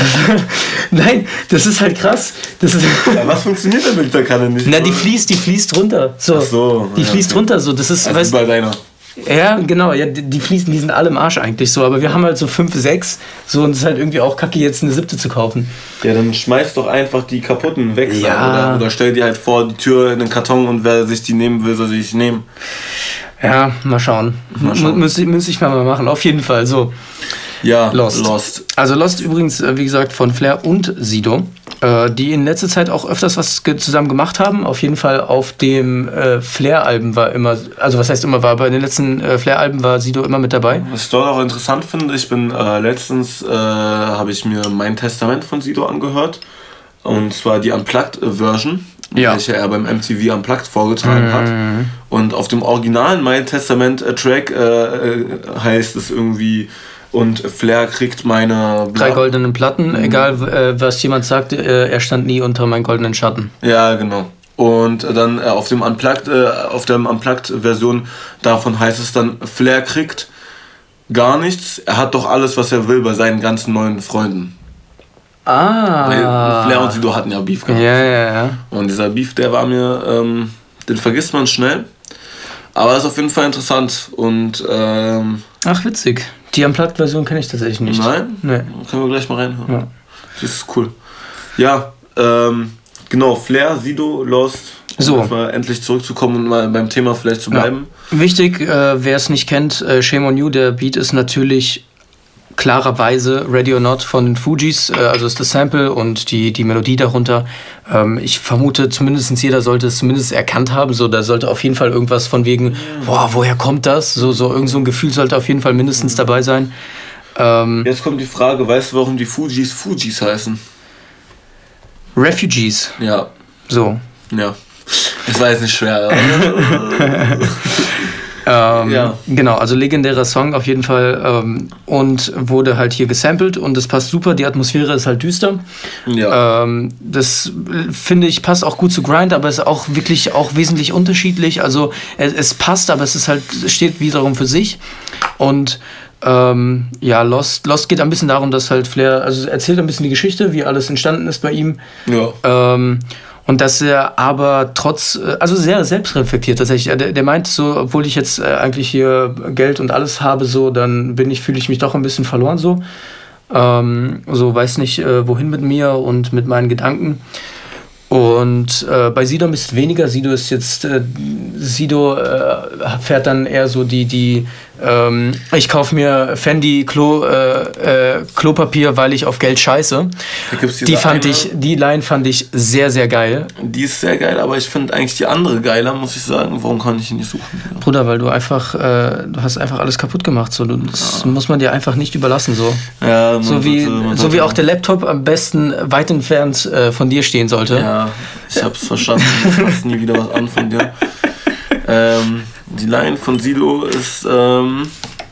Nein, das ist halt krass. Ja, was funktioniert denn mit der Kanne nicht? Na, die fließt runter. So. Ach so. Die fließt runter. So, das ist. Also weißt, bei deiner. Ja, genau. Ja, die fließen, die sind alle im Arsch eigentlich so. Aber wir haben halt so 5, 6. So, und es ist halt irgendwie auch kacke, jetzt eine 7. zu kaufen. Ja, dann schmeiß doch einfach die kaputten weg. Ja. Oder stell dir halt vor die Tür in den Karton und wer sich die nehmen will, soll sich nehmen. Ja, mal schauen. Müsste ich mal machen. Auf jeden Fall. So. Ja, Lost. Also Lost übrigens, wie gesagt, von Flair und Sido, die in letzter Zeit auch öfters was zusammen gemacht haben. Auf jeden Fall auf dem Flair-Alben war immer, also was heißt immer war, aber in den letzten Flair-Alben war Sido immer mit dabei. Was ich dort auch interessant finde, ich bin letztens, habe ich mir Mein Testament von Sido angehört. Und zwar die Unplugged-Version, welche er beim MTV Unplugged vorgetragen hat. Und auf dem originalen Mein Testament-Track heißt es irgendwie... Und Flair kriegt meine 3 goldenen Platten, egal was jemand sagt, er stand nie unter meinen goldenen Schatten. Ja, genau. Und dann auf der Unplugged-Version davon heißt es dann, Flair kriegt gar nichts, er hat doch alles, was er will bei seinen ganzen neuen Freunden. Weil Flair und Sido hatten ja Beef gehabt. Ja. Und dieser Beef, der war mir, den vergisst man schnell. Aber ist auf jeden Fall interessant und ach, witzig. Die Unplugged-Version kenne ich tatsächlich nicht. Nein? Nee. Können wir gleich mal reinhören. Ja. Das ist cool. Ja, genau, Flair, Sido, Lost. Um jetzt mal endlich zurückzukommen und mal beim Thema vielleicht zu bleiben. Ja. Wichtig, wer es nicht kennt, Shame on You, der Beat ist natürlich klarerweise Ready or Not von den Fugees, also ist das Sample und die Melodie darunter. Ich vermute, zumindest jeder sollte es zumindest erkannt haben. So, da sollte auf jeden Fall irgendwas von wegen, boah, woher kommt das? So irgend so ein Gefühl sollte auf jeden Fall mindestens dabei sein. Jetzt kommt die Frage, weißt du, warum die Fugees heißen? Refugees. Ja. So. Ja. Das war jetzt nicht schwer. Ja. Genau, also legendärer Song auf jeden Fall und wurde halt hier gesampelt und das passt super, die Atmosphäre ist halt düster. Ja. Das finde ich passt auch gut zu Grind, aber es ist auch wirklich auch wesentlich unterschiedlich, also es passt, aber es ist halt, steht wiederum für sich und ja, Lost geht ein bisschen darum, dass halt Flair, also erzählt ein bisschen die Geschichte, wie alles entstanden ist bei ihm. Ja. Und dass er aber also sehr selbstreflektiert tatsächlich. Der meint so, obwohl ich jetzt eigentlich hier Geld und alles habe, so, dann fühle ich mich doch ein bisschen verloren so. So weiß nicht, wohin mit mir und mit meinen Gedanken. Und bei Sido ein bisschen weniger. Sido fährt dann eher so ich kaufe mir Fendi Klopapier, weil ich auf Geld scheiße. Die Line fand ich sehr, sehr geil. Die ist sehr geil, aber ich finde eigentlich die andere geiler, muss ich sagen. Warum kann ich ihn nicht suchen? Ja. Bruder, weil du hast einfach alles kaputt gemacht. So. Das muss man dir einfach nicht überlassen. So, ja, so wie auch der Laptop am besten weit entfernt von dir stehen sollte. Ja, ich hab's verstanden. Ich fasse nie wieder was an von dir. Die Line von Sido ist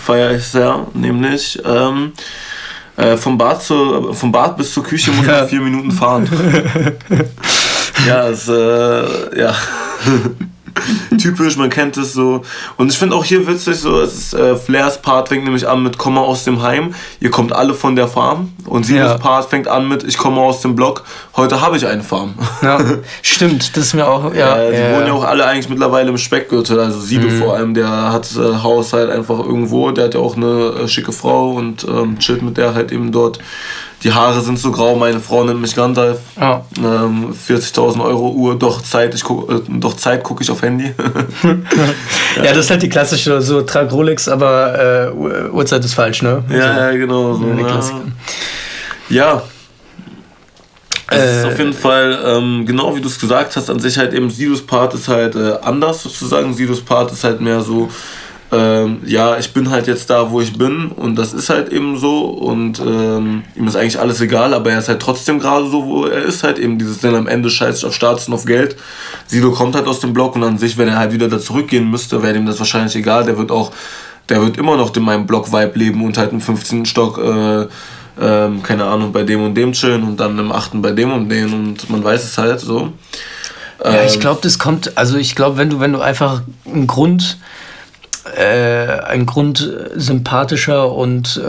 feiere ich sehr, nämlich vom Bad bis zur Küche muss man 4 Minuten fahren. Ja, ja. Typisch, man kennt es so. Und ich finde auch hier witzig, so, Flairs Part fängt nämlich an mit komme aus dem Heim, ihr kommt alle von der Farm. Und Sidos Part fängt an mit ich komme aus dem Block, heute habe ich eine Farm. Ja, stimmt, das ist mir auch, die wohnen ja auch alle eigentlich mittlerweile im Speckgürtel, also Sido vor allem, der hat Haus halt einfach irgendwo, der hat ja auch eine schicke Frau und chillt mit der halt eben dort. Die Haare sind so grau, meine Frau nennt mich Gandalf. 40.000 Euro Uhr, doch Zeit gucke ich auf Handy. Ja, das ist halt die klassische, so trag Rolex, aber Uhrzeit ist falsch, ne? Ja, genau. So, ja. Es ist auf jeden Fall, genau wie du es gesagt hast, an sich halt eben Sidos Part ist halt anders sozusagen. Sidos Part ist halt mehr so, ich bin halt jetzt da, wo ich bin und das ist halt eben so und ihm ist eigentlich alles egal, aber er ist halt trotzdem gerade so, wo er ist halt eben dieses, denn am Ende scheißt auf Status und auf Geld. Sido kommt halt aus dem Block und an sich, wenn er halt wieder da zurückgehen müsste, wäre ihm das wahrscheinlich egal, der wird immer noch in meinem Block-Vibe leben und halt im 15. Stock, keine Ahnung, bei dem und dem chillen und dann im 8. bei dem und dem und man weiß es halt so. Ja, ich glaube, das kommt, also ich glaube, wenn du einfach ein grundsympathischer und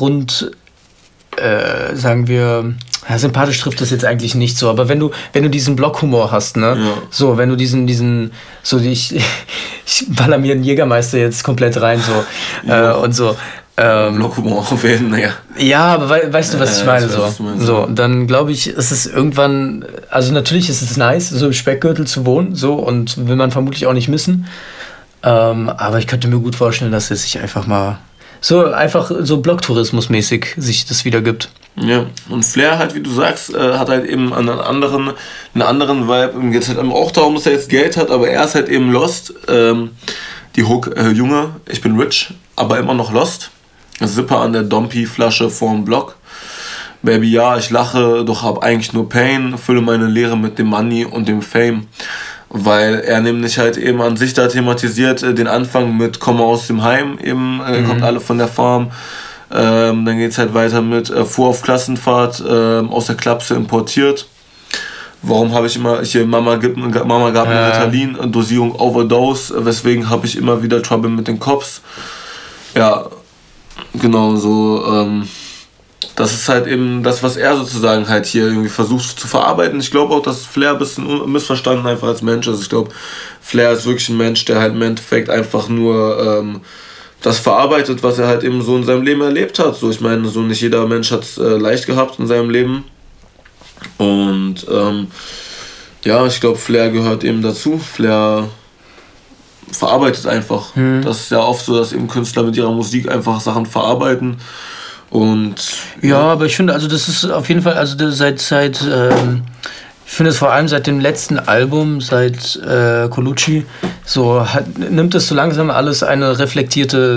sagen wir, ja, sympathisch trifft das jetzt eigentlich nicht so, aber wenn du diesen Blockhumor hast, ne, so, wenn du ich baller mir einen Jägermeister jetzt komplett rein, so, und so. Blockhumor auf jeden, naja. Ja, aber weißt du, was ich meine? So, dann glaube ich, ist es irgendwann, also natürlich ist es nice, so im Speckgürtel zu wohnen, so, und will man vermutlich auch nicht missen. Aber ich könnte mir gut vorstellen, dass es sich einfach so Blocktourismus-mäßig sich das wieder gibt. Ja, und Flair halt, wie du sagst, hat halt eben einen anderen Vibe. Jetzt halt auch darum, dass er jetzt Geld hat, aber er ist halt eben lost. Die Hook, Junge, ich bin rich, aber immer noch lost. Zipper an der Dompi-Flasche vorm Block. Baby, ja, ich lache, doch hab eigentlich nur Pain. Fülle meine Leere mit dem Money und dem Fame. Weil er nämlich halt eben an sich da thematisiert, den Anfang mit komme aus dem Heim, eben kommt alle von der Farm. Dann geht's halt weiter mit fuhr auf Klassenfahrt, aus der Klapse importiert. Warum habe ich immer, Mama gab mir Ritalin, Dosierung Overdose, weswegen habe ich immer wieder Trouble mit den Cops. Ja, genau so. Das ist halt eben das, was er sozusagen halt hier irgendwie versucht zu verarbeiten. Ich glaube auch, dass Flair ein bisschen missverstanden einfach als Mensch ist. Ich glaube, Flair ist wirklich ein Mensch, der halt im Endeffekt einfach nur das verarbeitet, was er halt eben so in seinem Leben erlebt hat. So, ich meine, so nicht jeder Mensch hat es leicht gehabt in seinem Leben. Und ich glaube, Flair gehört eben dazu. Flair verarbeitet einfach. Das ist ja oft so, dass eben Künstler mit ihrer Musik einfach Sachen verarbeiten. Und ja, aber ich finde, also das ist auf jeden Fall, also seit ich finde es vor allem seit dem letzten Album, seit Colucci, so nimmt es so langsam alles eine reflektierte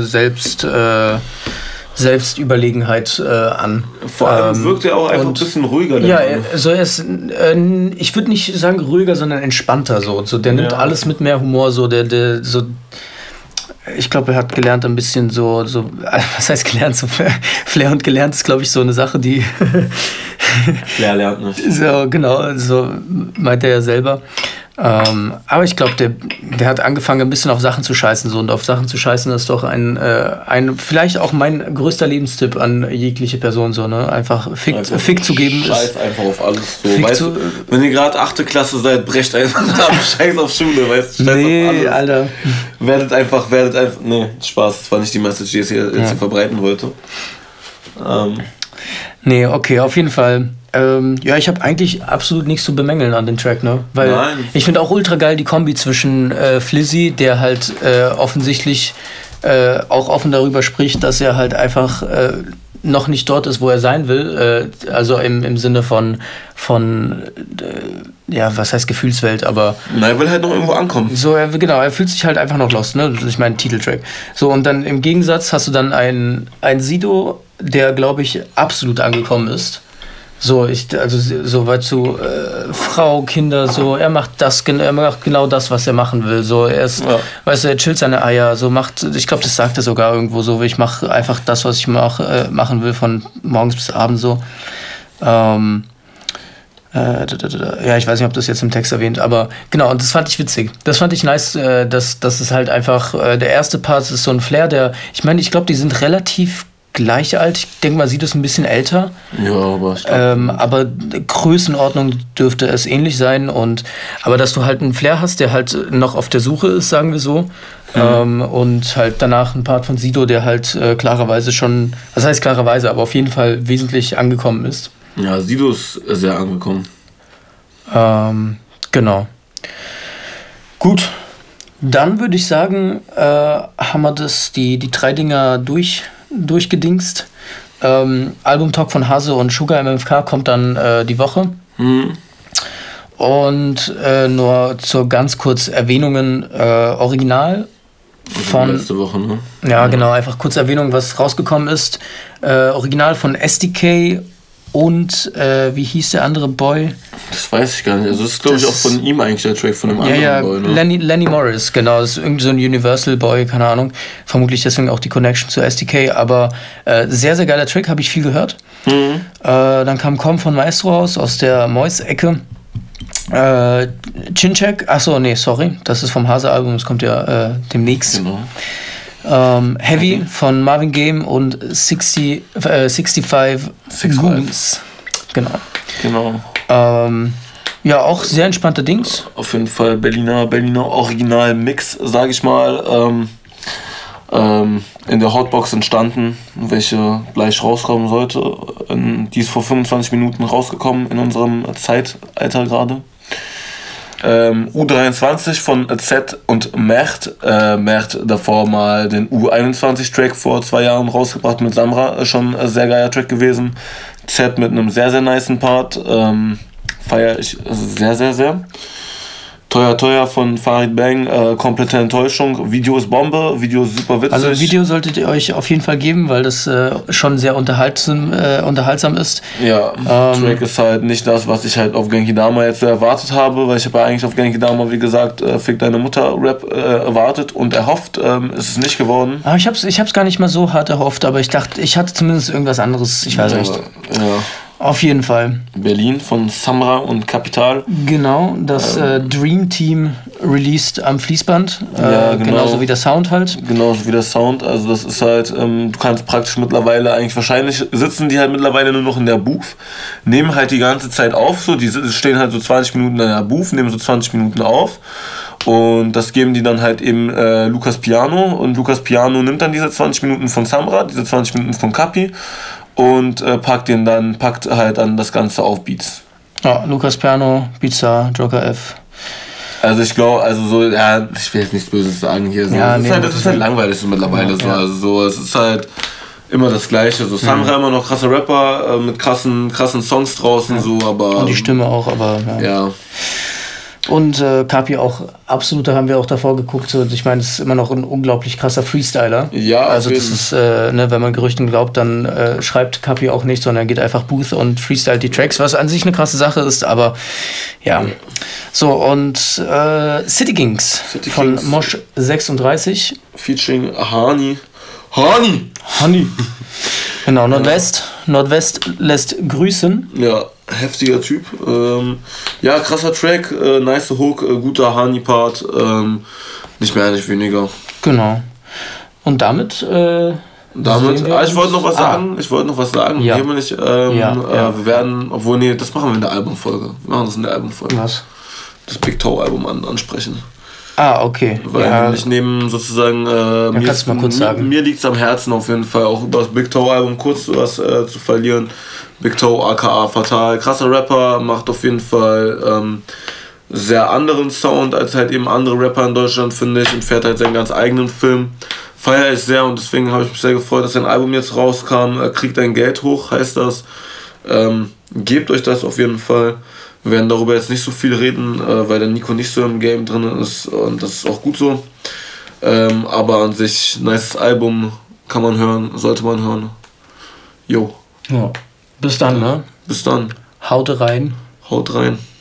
Selbstüberlegenheit an. Vor allem wirkt er auch einfach ein bisschen ruhiger. Ja, also er ist, ich würde nicht sagen ruhiger, sondern entspannter so. Der nimmt alles mit mehr Humor, so der so. Ich glaube, er hat gelernt ein bisschen so, was heißt gelernt? So Flair und gelernt ist, glaube ich, so eine Sache, die Flair lernt nicht. So, genau, so meint er ja selber. Aber ich glaube, der hat angefangen, ein bisschen auf Sachen zu scheißen. So, und auf Sachen zu scheißen ist doch vielleicht auch mein größter Lebenstipp an jegliche Person. So, ne? Einfach Fick zu geben. Scheiß einfach auf alles. So. Weißt du, wenn ihr gerade 8. Klasse seid, brecht einfach ab. Scheiß auf Schule. Weißt du, scheiß auf alles. Alter. Werdet einfach. Nee, Spaß. Das war nicht die Message, die ich jetzt hier verbreiten wollte. Nee, okay, auf jeden Fall. Ich habe eigentlich absolut nichts zu bemängeln an dem Track, ne? Weil ich finde auch ultra geil die Kombi zwischen Flizzy, der halt offensichtlich auch offen darüber spricht, dass er halt einfach noch nicht dort ist, wo er sein will. Also im Sinne von was heißt Gefühlswelt, aber... Nein, er will halt noch irgendwo ankommen. So, er fühlt sich halt einfach noch lost, ne? Ich meine, Titeltrack. So, und dann im Gegensatz hast du dann einen Sido, der, glaube ich, absolut angekommen ist. So, soweit zu Frau, Kinder, so, er macht genau das, was er machen will. So, er ist, weißt du, er chillt seine Eier, so ich glaube, das sagt er sogar irgendwo so, ich mache einfach das, was ich machen will, von morgens bis abends so. Ja, ich weiß nicht, ob das jetzt im Text erwähnt, aber genau, und das fand ich witzig. Das fand ich nice, dass es halt einfach, der erste Part ist so ein Flair, ich glaube, die sind relativ gleich alt. Ich denke mal, sieht es ein bisschen älter. Ja, aber Größenordnung dürfte es ähnlich sein. Aber dass du halt einen Flair hast, der halt noch auf der Suche ist, sagen wir so. Und halt danach ein Part von Sido, der halt klarerweise schon, was heißt klarerweise, aber auf jeden Fall wesentlich angekommen ist. Ja, Sido ist sehr angekommen. Genau. Gut. Dann würde ich sagen, haben wir die 3 Dinger durchgedingst. Album-Talk von Hase und Sugar MFK kommt dann die Woche. Und nur zur ganz kurz Erwähnungen, Original von letzte Woche, ne? Ja, genau, einfach kurz Erwähnung, was rausgekommen ist. Original von SDK und wie hieß der andere Boy? Das weiß ich gar nicht. Also das ist, glaube ich, auch von ihm eigentlich der Track, von dem anderen Boy, ne? Lenny Morris, genau. Das ist irgendwie so ein Universal Boy, keine Ahnung. Vermutlich deswegen auch die Connection zu SDK, aber sehr, sehr geiler Track, habe ich viel gehört. Dann kam Com von Maestro aus der Mois-Ecke. Chincheck, achso, nee, sorry, das ist vom Hase-Album, das kommt ja demnächst. Genau. Heavy von Marvin Game und 65 Goons. Genau. Ja, auch sehr entspannte Dings. Auf jeden Fall Berliner Original-Mix, sage ich mal. In der Hotbox entstanden, welche gleich rauskommen sollte. Die ist vor 25 Minuten rausgekommen in unserem Zeitalter gerade. U23 von Z und Mert. Mert davor mal den U21-Track vor 2 Jahren rausgebracht mit Samra. Schon ein sehr geiler Track gewesen. Z mit einem sehr, sehr nicen Part. Feiere ich sehr, sehr, sehr. Teuer von Farid Bang, komplette Enttäuschung. Video ist Bombe, Video ist super witzig. Also Video solltet ihr euch auf jeden Fall geben, weil das schon sehr unterhaltsam ist. Ja, Track ist halt nicht das, was ich halt auf Genki Dama jetzt so erwartet habe, weil ich habe ja eigentlich auf Genki Dama, wie gesagt, Fick deine Mutter Rap erwartet und erhofft, ist es nicht geworden. Aber ich hab's gar nicht mal so hart erhofft, aber ich dachte, ich hatte zumindest irgendwas anderes, ich weiß nicht. Ja. Auf jeden Fall. Berlin von Samra und Kapital. Genau, das Dream Team released am Fließband. Ja, genau. Genauso wie der Sound halt. Genauso wie der Sound. Also das ist halt, du kannst praktisch mittlerweile wahrscheinlich sitzen die halt mittlerweile nur noch in der Booth, nehmen halt die ganze Zeit auf, so, die stehen halt so 20 Minuten in der Booth, nehmen so 20 Minuten auf. Und das geben die dann halt eben Lukas Piano. Und Lukas Piano nimmt dann diese 20 Minuten von Samra, diese 20 Minuten von Kapi und packt halt dann das Ganze auf Beats. Ja, Lukas Piano, Pizza, Joker F. Also ich glaube, ich will jetzt nichts Böses sagen hier. So. Ja, das ist halt langweilig so mittlerweile. Ja. So. Also so, es ist halt immer das Gleiche. So Samra immer noch krasser Rapper mit krassen Songs draußen, so, aber. Und die Stimme auch, aber. Ja. Und Kapi auch absolut, da haben wir auch davor geguckt. So, ich meine, es ist immer noch ein unglaublich krasser Freestyler. Ja, also das ist, wenn man Gerüchten glaubt, dann schreibt Kapi auch nicht, sondern geht einfach Booth und freestylt die Tracks, was an sich eine krasse Sache ist, aber ja. So, und City Kings von Mosh 36. Featuring Hani. Genau, Nordwest lässt grüßen. Ja, heftiger Typ. Ja, krasser Track, nice Hook, guter Hani-Part. Nicht mehr, nicht weniger. Genau. Und damit... ich wollte noch was sagen. Ja. Wir werden, das machen wir in der Albumfolge. Wir machen das in der Albumfolge. Was? Das Big Toe Album ansprechen. Okay. Weil ich nehme sozusagen, mir liegt es am Herzen auf jeden Fall, auch über das Big Toe Album kurz was zu verlieren. Big Toe aka Fatal, krasser Rapper, macht auf jeden Fall sehr anderen Sound als halt eben andere Rapper in Deutschland, finde ich, und fährt halt seinen ganz eigenen Film. Feiere ich sehr und deswegen habe ich mich sehr gefreut, dass sein Album jetzt rauskam. Kriegt dein Geld hoch, heißt das. Gebt euch das auf jeden Fall. Wir werden darüber jetzt nicht so viel reden, weil der Nico nicht so im Game drin ist und das ist auch gut so. Aber an sich, nice Album, kann man hören, sollte man hören. Jo. Ja. Bis dann, ne? Bis dann. Haut rein. Haut rein.